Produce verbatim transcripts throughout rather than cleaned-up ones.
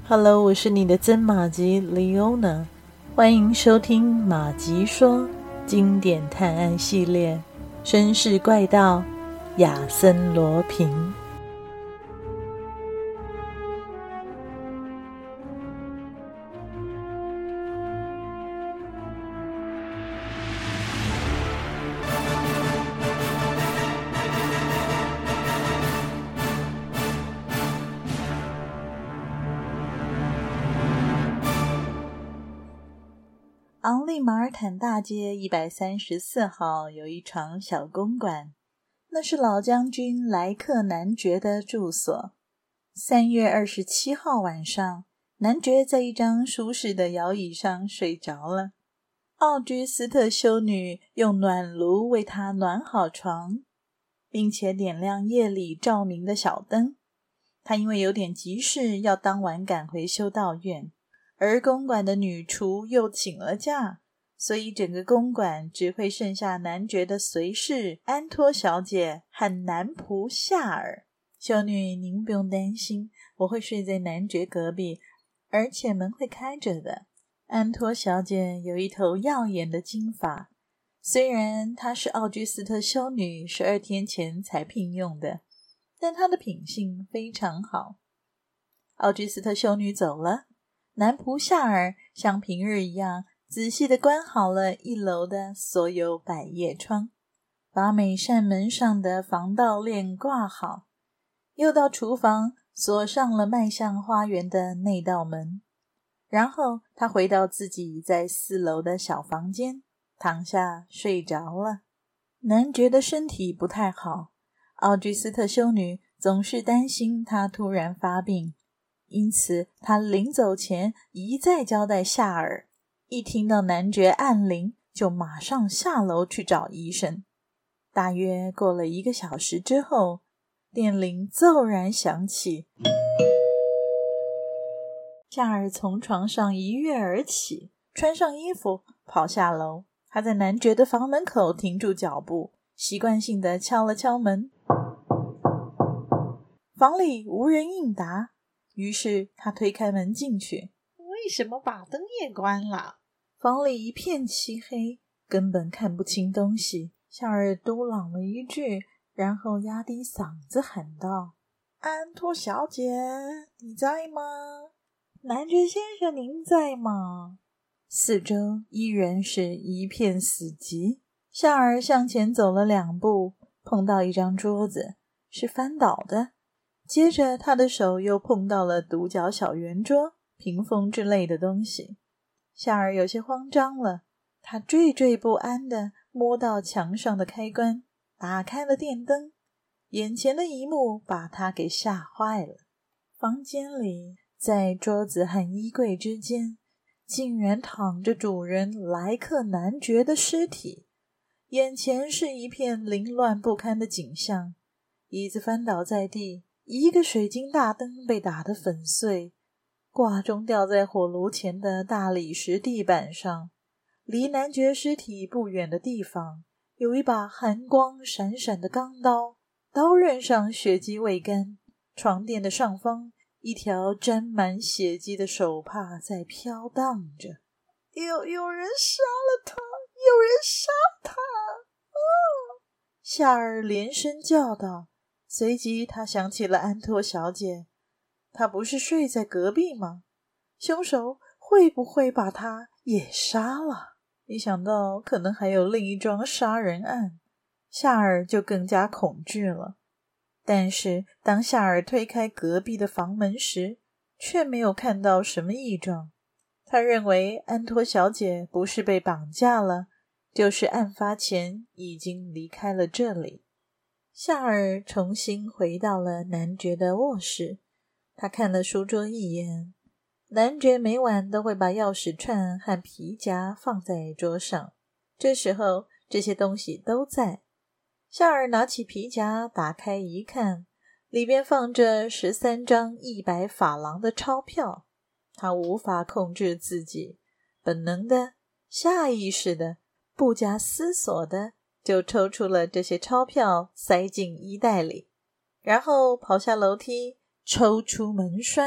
Hello， 我是你的曾马吉 Leona， 欢迎收听马吉说经典探案系列，绅士怪盗亚森罗平。昂利马尔坦大街一百三十四号有一床小公馆，那是老将军莱克男爵的住所。三月二十七号晚上，男爵在一张舒适的摇椅上睡着了。奥居斯特修女用暖炉为他暖好床，并且点亮夜里照明的小灯。他因为有点急事，要当晚赶回修道院。而公馆的女厨又请了假，所以整个公馆只会剩下男爵的随侍安托小姐和男仆夏尔。修女，您不用担心，我会睡在男爵隔壁，而且门会开着的。安托小姐有一头耀眼的金发，虽然她是奥居斯特修女十二天前才聘用的，但她的品性非常好。奥居斯特修女走了，男仆夏尔像平日一样仔细地关好了一楼的所有百叶窗，把每扇门上的防盗链挂好，又到厨房锁上了迈向花园的那道门。然后他回到自己在四楼的小房间，躺下睡着了。男爵的身体不太好，奥居斯特修女总是担心他突然发病，因此他临走前一再交代夏尔，一听到男爵按铃就马上下楼去找医生。大约过了一个小时之后，电铃骤然响起，夏尔从床上一跃而起，穿上衣服跑下楼。他在男爵的房门口停住脚步，习惯性地敲了敲门。房里无人应答，于是他推开门进去。 为什么把灯也关了？ 房里一片漆黑，根本看不清东西。夏尔嘟囔了一句，然后压低嗓子喊道：安托小姐，你在吗？男爵先生，您在吗？四周依然是一片死寂。夏尔向前走了两步，碰到一张桌子，是翻倒的。接着他的手又碰到了独角小圆桌、屏风之类的东西。夏尔有些慌张了，他惴惴不安地摸到墙上的开关，打开了电灯。眼前的一幕把他给吓坏了。房间里，在桌子和衣柜之间，竟然躺着主人莱克男爵的尸体。眼前是一片凌乱不堪的景象，椅子翻倒在地，一个水晶大灯被打得粉碎，挂钟掉在火炉前的大理石地板上。离男爵尸体不远的地方，有一把寒光闪闪的钢刀，刀刃上血迹未干。床垫的上方，一条沾满血迹的手帕在飘荡着。 有有人杀了他，有人杀他！啊！ 夏尔连声叫道，随即他想起了安托小姐，她不是睡在隔壁吗？凶手会不会把她也杀了？一想到可能还有另一桩杀人案，夏尔就更加恐惧了。但是当夏尔推开隔壁的房门时，却没有看到什么异状。他认为安托小姐不是被绑架了，就是案发前已经离开了这里。夏尔重新回到了男爵的卧室，他看了书桌一眼。男爵每晚都会把钥匙串和皮夹放在桌上，这时候这些东西都在。夏尔拿起皮夹打开一看，里边放着十三张一百法郎的钞票。他无法控制自己，本能的、下意识的、不加思索的就抽出了这些钞票，塞进衣袋里，然后跑下楼梯，抽出门栓，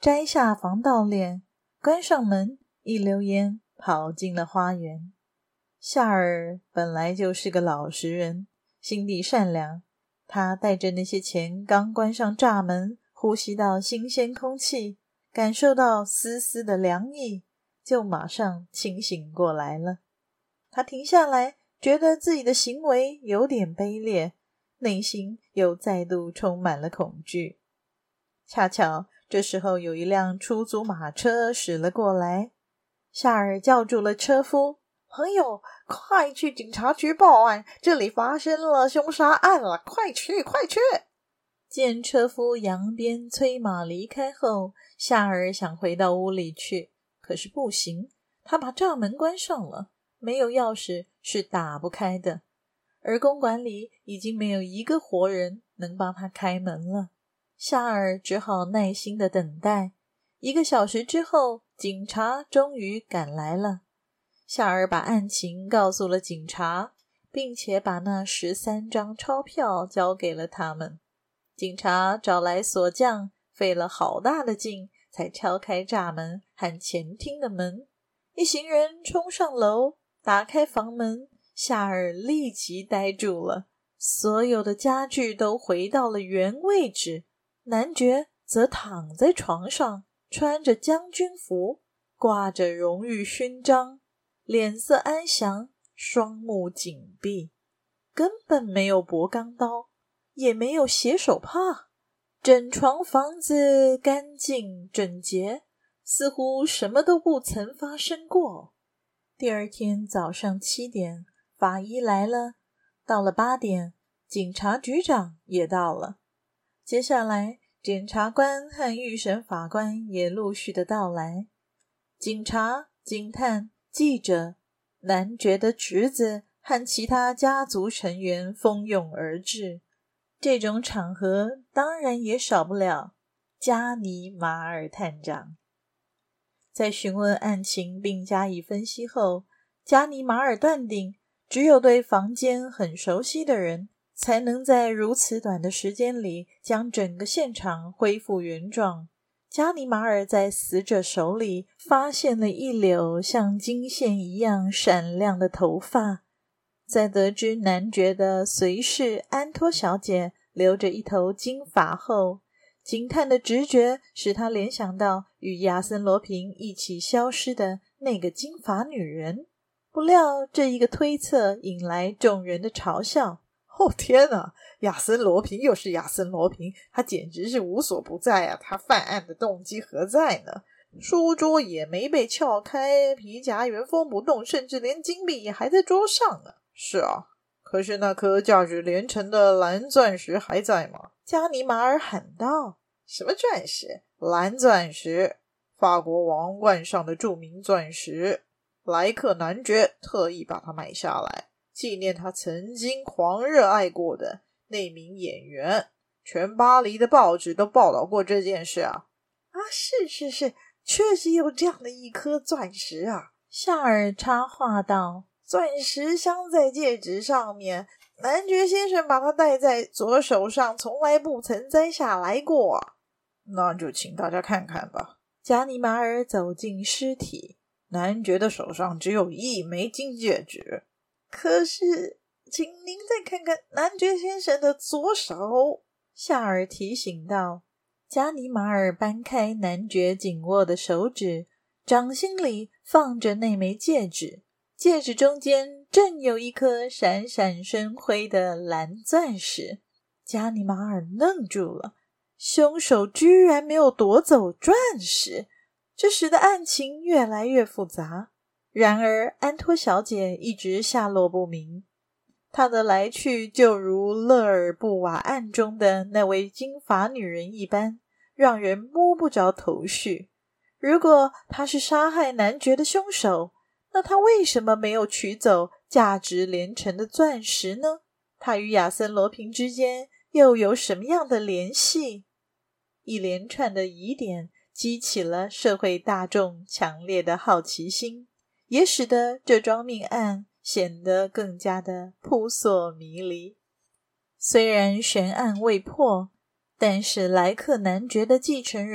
摘下防盗链，关上门，一溜烟跑进了花园。夏尔本来就是个老实人，心地善良，他带着那些钱刚关上栅门，呼吸到新鲜空气，感受到丝丝的凉意，就马上清醒过来了。他停下来，觉得自己的行为有点卑劣，内心又再度充满了恐惧。恰巧这时候有一辆出租马车驶了过来，夏尔叫住了车夫： 朋友，快去警察局报案，这里发生了凶杀案了，快去快去！ 见车夫扬鞭催马离开后，夏尔想回到屋里去，可是不行，他把栅门关上了，没有钥匙是打不开的，而公馆里已经没有一个活人能帮他开门了。夏尔只好耐心地等待，一个小时之后，警察终于赶来了。夏尔把案情告诉了警察，并且把那十三张钞票交给了他们。警察找来锁匠，费了好大的劲才敲开栅门和前厅的门。一行人冲上楼，打开房门，夏尔立即呆住了。所有的家具都回到了原位置，男爵则躺在床上，穿着将军服，挂着荣誉勋章，脸色安详，双目紧闭，根本没有薄钢刀，也没有血手帕，整床房子干净整洁，似乎什么都不曾发生过。第二天早上七点，法医来了，到了八点，警察局长也到了。接下来，检察官和预审法官也陆续的到来。警察、警探、记者、男爵的侄子和其他家族成员蜂拥而至。这种场合当然也少不了加尼马尔探长。在询问案情并加以分析后，加尼马尔断定，只有对房间很熟悉的人，才能在如此短的时间里将整个现场恢复原状。加尼马尔在死者手里发现了一绺像金线一样闪亮的头发，在得知男爵的随侍安托小姐留着一头金发后，警探的直觉使他联想到与亚森罗平一起消失的那个金发女人。不料这一个推测引来众人的嘲笑。 哦天哪，亚森罗平又是亚森罗平，他简直是无所不在啊！他犯案的动机何在呢？书桌也没被撬开，皮夹原封不动，甚至连金币也还在桌上呢。是啊，可是那颗价值连城的蓝钻石还在吗？加尼马尔喊道。什么钻石？蓝钻石，法国王冠上的著名钻石。莱克男爵特意把它买下来，纪念他曾经狂热爱过的那名演员。全巴黎的报纸都报道过这件事啊。啊，是是是，确实有这样的一颗钻石啊。 夏尔插话道。 钻石镶在戒指上面，男爵先生把它戴在左手上，从来不曾摘下来过。那就请大家看看吧。 加尼马尔走进尸体， 男爵的手上只有一枚金戒指。可是请您再看看男爵先生的左手， 夏尔提醒道。加尼马尔掰开男爵紧握的手指，掌心里放着那枚戒指，戒指中间正有一颗闪闪生辉的蓝钻石。加尼马尔愣住了，凶手居然没有夺走钻石，这使得案情越来越复杂。然而安托小姐一直下落不明，她的来去就如勒尔布瓦案中的那位金发女人一般，让人摸不着头绪。如果她是杀害男爵的凶手，那她为什么没有取走价值连城的钻石呢？她与亚森罗平之间又有什么样的联系？一连串的疑点激起了社会大众强烈的好奇心，也使得这桩命案显得更加的扑朔迷离。虽然悬案未破，但是莱克男爵的继承人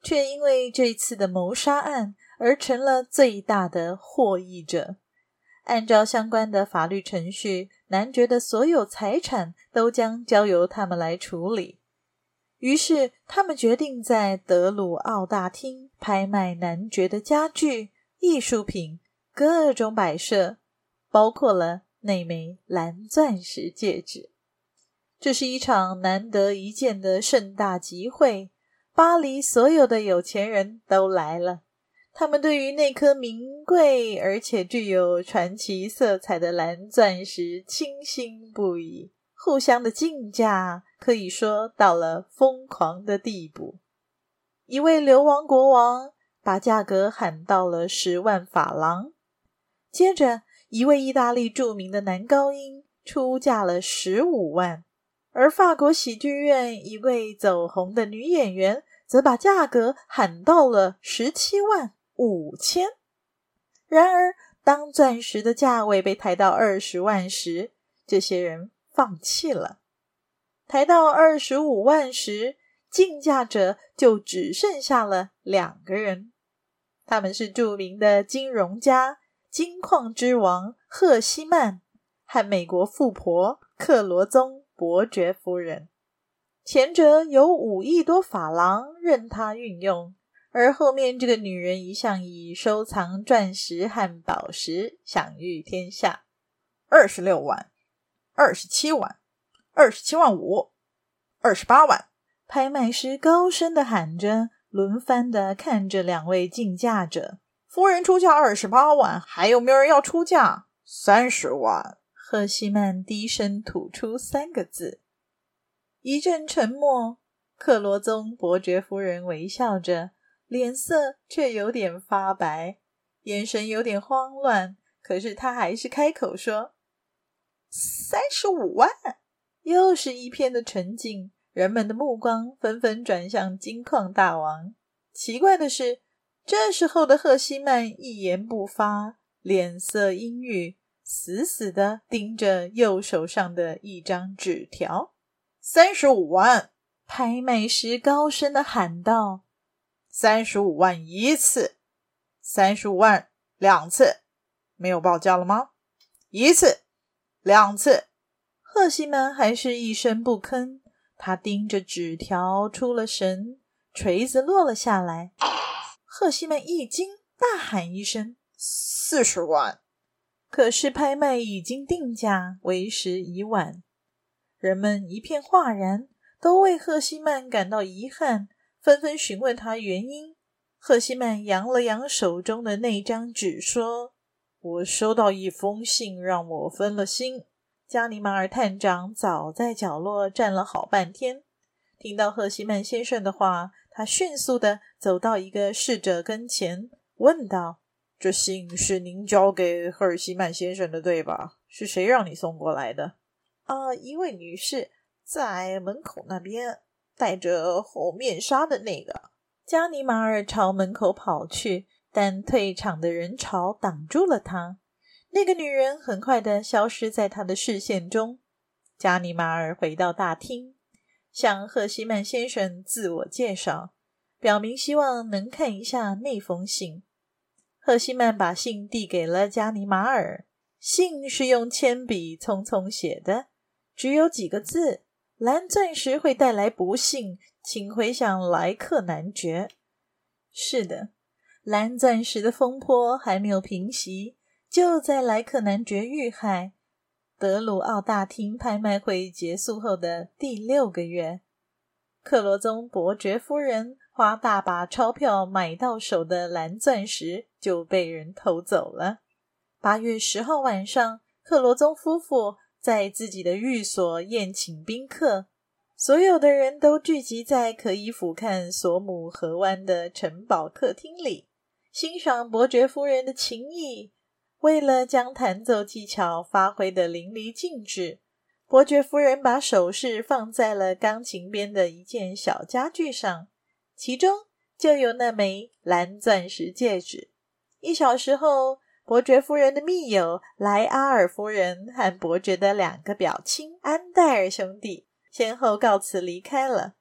却因为这次的谋杀案而成了最大的获益者。按照相关的法律程序，男爵的所有财产都将交由他们来处理。于是他们决定在德鲁奥大厅拍卖男爵的家具、艺术品、各种摆设，包括了那枚蓝钻石戒指。这是一场难得一见的盛大集会，巴黎所有的有钱人都来了。他们对于那颗名贵而且具有传奇色彩的蓝钻石倾心不已，互相的竞价可以说到了疯狂的地步。一位流亡国王把价格喊到了十万法郎，接着一位意大利著名的男高音出价了十五万，而法国喜剧院一位走红的女演员则把价格喊到了十七万五千。然而当钻石的价位被抬到二十万时，这些人放弃了。抬到二十五万时，竞价者就只剩下了两个人，他们是著名的金融家、金矿之王赫希曼和美国富婆克罗宗伯爵夫人。前者有五亿多法郎任他运用，而后面这个女人一向以收藏钻石和宝石享誉天下。 二十六万，二十七万，二十七万五，二十八万。 拍卖师高声地喊着，轮番地看着两位竞价者。 夫人出价二十八万，还有没有人要出价？三十万。 赫希曼低声吐出三个字。一阵沉默，克罗宗伯爵夫人微笑着，脸色却有点发白，眼神有点慌乱，可是她还是开口说：三十五万。又是一片的沉静，人们的目光纷纷转向金矿大王。奇怪的是，这时候的赫希曼一言不发，脸色阴郁，死死地盯着右手上的一张纸条。 三十五万， 拍卖师高声地喊道。 三十五万一次，三十五万两次，没有报价了吗？一次，两次。 赫希曼还是一声不吭，他盯着纸条出了神，锤子落了下来。赫希曼一惊，大喊一声： 四十万！ 可是拍卖已经定价，为时已晚。人们一片哗然，都为赫希曼感到遗憾，纷纷询问他原因。赫希曼扬了扬手中的那张纸说：我收到一封信，让我分了心。加尼马尔探长早在角落站了好半天，听到赫希曼先生的话，他迅速地走到一个侍者跟前，问道：这信是您交给赫尔希曼先生的，对吧？是谁让你送过来的？啊，一位女士，在门口那边，戴着红面纱的那个。加尼马尔朝门口跑去，但退场的人潮挡住了他。那个女人很快地消失在他的视线中。加尼马尔回到大厅，向赫希曼先生自我介绍，表明希望能看一下那封信。赫希曼把信递给了加尼马尔，信是用铅笔匆匆写的，只有几个字：蓝钻石会带来不幸，请回想莱克男爵。是的，蓝钻石的风波还没有平息，就在莱克男爵遇害，德鲁奥大厅拍卖会结束后的第六个月，克罗宗伯爵夫人花大把钞票买到手的蓝钻石就被人偷走了。八月十号晚上，克罗宗夫妇在自己的寓所宴请宾客，所有的人都聚集在可以俯瞰索姆河湾的城堡客厅里，欣赏伯爵夫人的琴艺。为了将弹奏技巧发挥得淋漓尽致，伯爵夫人把首饰放在了钢琴边的一件小家具上，其中就有那枚蓝钻石戒指。一小时后，伯爵夫人的密友莱阿尔夫人和伯爵的两个表亲安戴尔兄弟先后告辞离开了。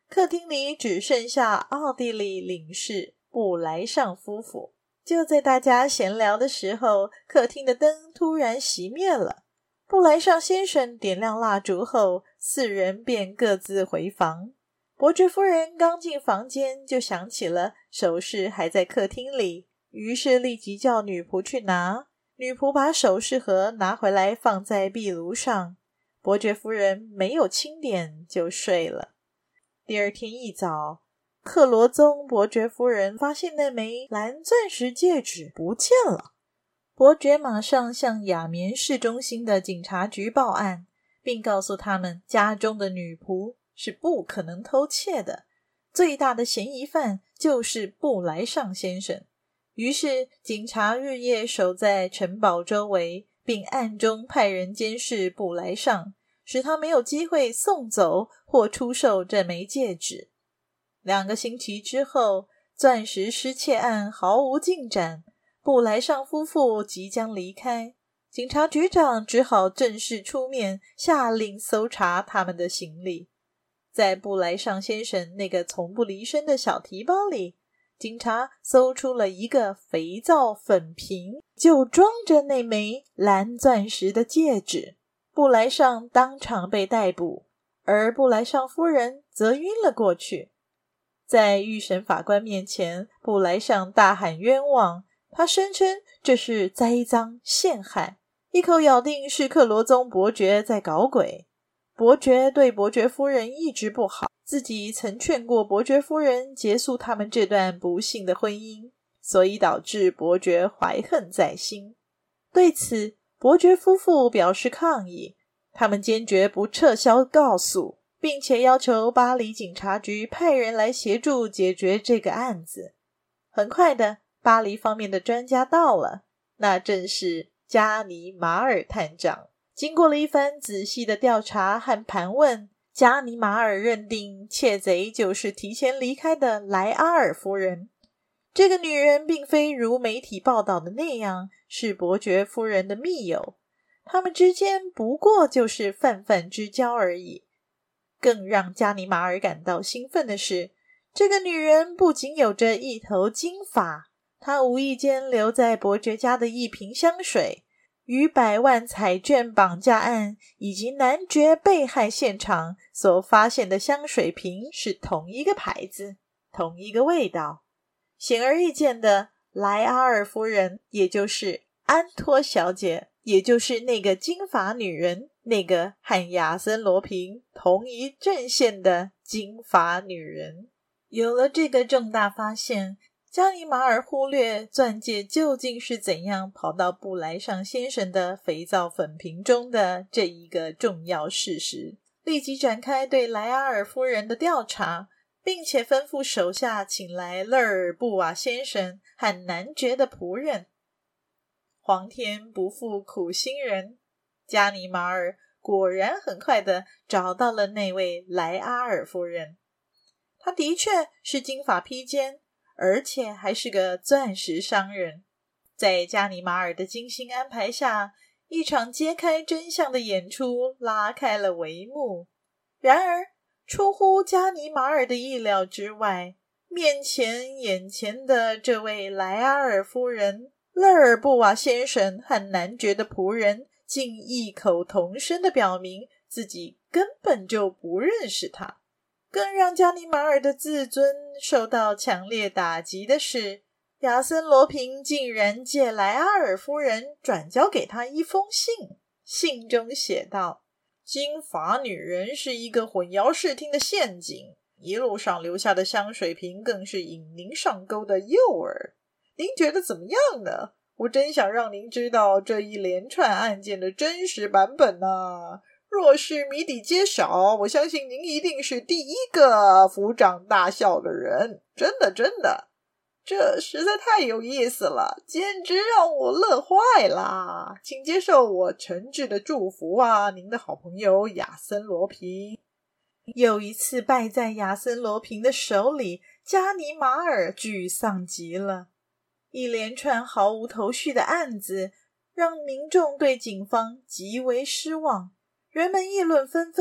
客厅里只剩下奥地利领事布莱尚夫妇。就在大家闲聊的时候，客厅的灯突然熄灭了。布莱尚先生点亮蜡烛后，四人便各自回房。伯爵夫人刚进房间，就想起了首饰还在客厅里，于是立即叫女仆去拿。女仆把首饰盒拿回来放在壁炉上，伯爵夫人没有清点就睡了。第二天一早，克罗宗伯爵夫人发现那枚蓝钻石戒指不见了。伯爵马上向雅眠市中心的警察局报案，并告诉他们家中的女仆是不可能偷窃的，最大的嫌疑犯就是布莱尚先生。于是警察日夜守在城堡周围，并暗中派人监视布莱尚，使他没有机会送走或出售这枚戒指。两个星期之后，钻石失窃案毫无进展，布莱尚夫妇即将离开，警察局长只好正式出面下令搜查他们的行李。在布莱尚先生那个从不离身的小提包里，警察搜出了一个肥皂粉瓶，就装着那枚蓝钻石的戒指。布莱尚当场被逮捕，而布莱尚夫人则晕了过去。在预审法官面前，布莱尚大喊冤枉，他声称这是栽赃陷害，一口咬定是克罗宗伯爵在搞鬼。伯爵对伯爵夫人一直不好，自己曾劝过伯爵夫人结束他们这段不幸的婚姻，所以导致伯爵怀恨在心。对此，伯爵夫妇表示抗议，他们坚决不撤销告诉，并且要求巴黎警察局派人来协助解决这个案子。很快的，巴黎方面的专家到了，那正是加尼马尔探长。经过了一番仔细的调查和盘问，加尼马尔认定窃贼就是提前离开的莱阿尔夫人。这个女人并非如媒体报道的那样是伯爵夫人的密友，他们之间不过就是泛泛之交而已。更让加尼马尔感到兴奋的是，这个女人不仅有着一头金发，她无意间留在伯爵家的一瓶香水与百万彩券绑架案以及男爵被害现场所发现的香水瓶是同一个牌子，同一个味道。显而易见的，莱阿尔夫人，也就是安托小姐，也就是那个金发女人，那个和亚森罗平同一阵线的金发女人。有了这个重大发现，加尼马尔忽略钻戒究竟是怎样跑到布莱尚先生的肥皂粉瓶中的这一个重要事实，立即展开对莱阿尔夫人的调查，并且吩咐手下请来勒尔布瓦先生和男爵的仆人。皇天不负苦心人，加尼马尔果然很快地找到了那位莱阿尔夫人。她的确是金发披肩，而且还是个钻石商人。在加尼马尔的精心安排下，一场揭开真相的演出拉开了帷幕。然而，出乎加尼马尔的意料之外，面前眼前的这位莱阿尔夫人、勒尔布瓦先生和男爵的仆人竟异口同声地表明自己根本就不认识他。更让加尼马尔的自尊受到强烈打击的是，亚森罗平竟然借莱阿尔夫人转交给他一封信。信中写道：金发女人是一个混淆视听的陷阱，一路上留下的香水瓶更是引您上钩的诱饵。您觉得怎么样呢？我真想让您知道这一连串案件的真实版本啊！若是谜底揭晓，我相信您一定是第一个抚掌大笑的人。真的真的，这实在太有意思了，简直让我乐坏了。请接受我诚挚的祝福啊，您的好朋友亚森罗平。又一次败在亚森罗平的手里，加尼马尔沮丧极了。一连串毫无头绪的案子让民众对警方极为失望，人们议论纷纷，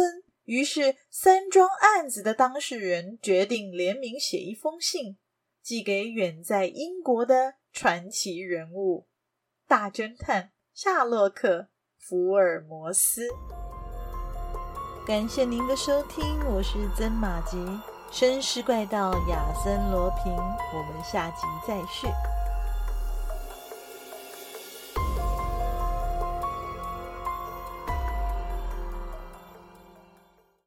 于是三桩案子的当事人决定联名写一封信，寄给远在英国的传奇人物大侦探夏洛克·福尔摩斯。 感谢您的收听，我是曾马吉，绅士怪盗亚森罗平，我们下集再续。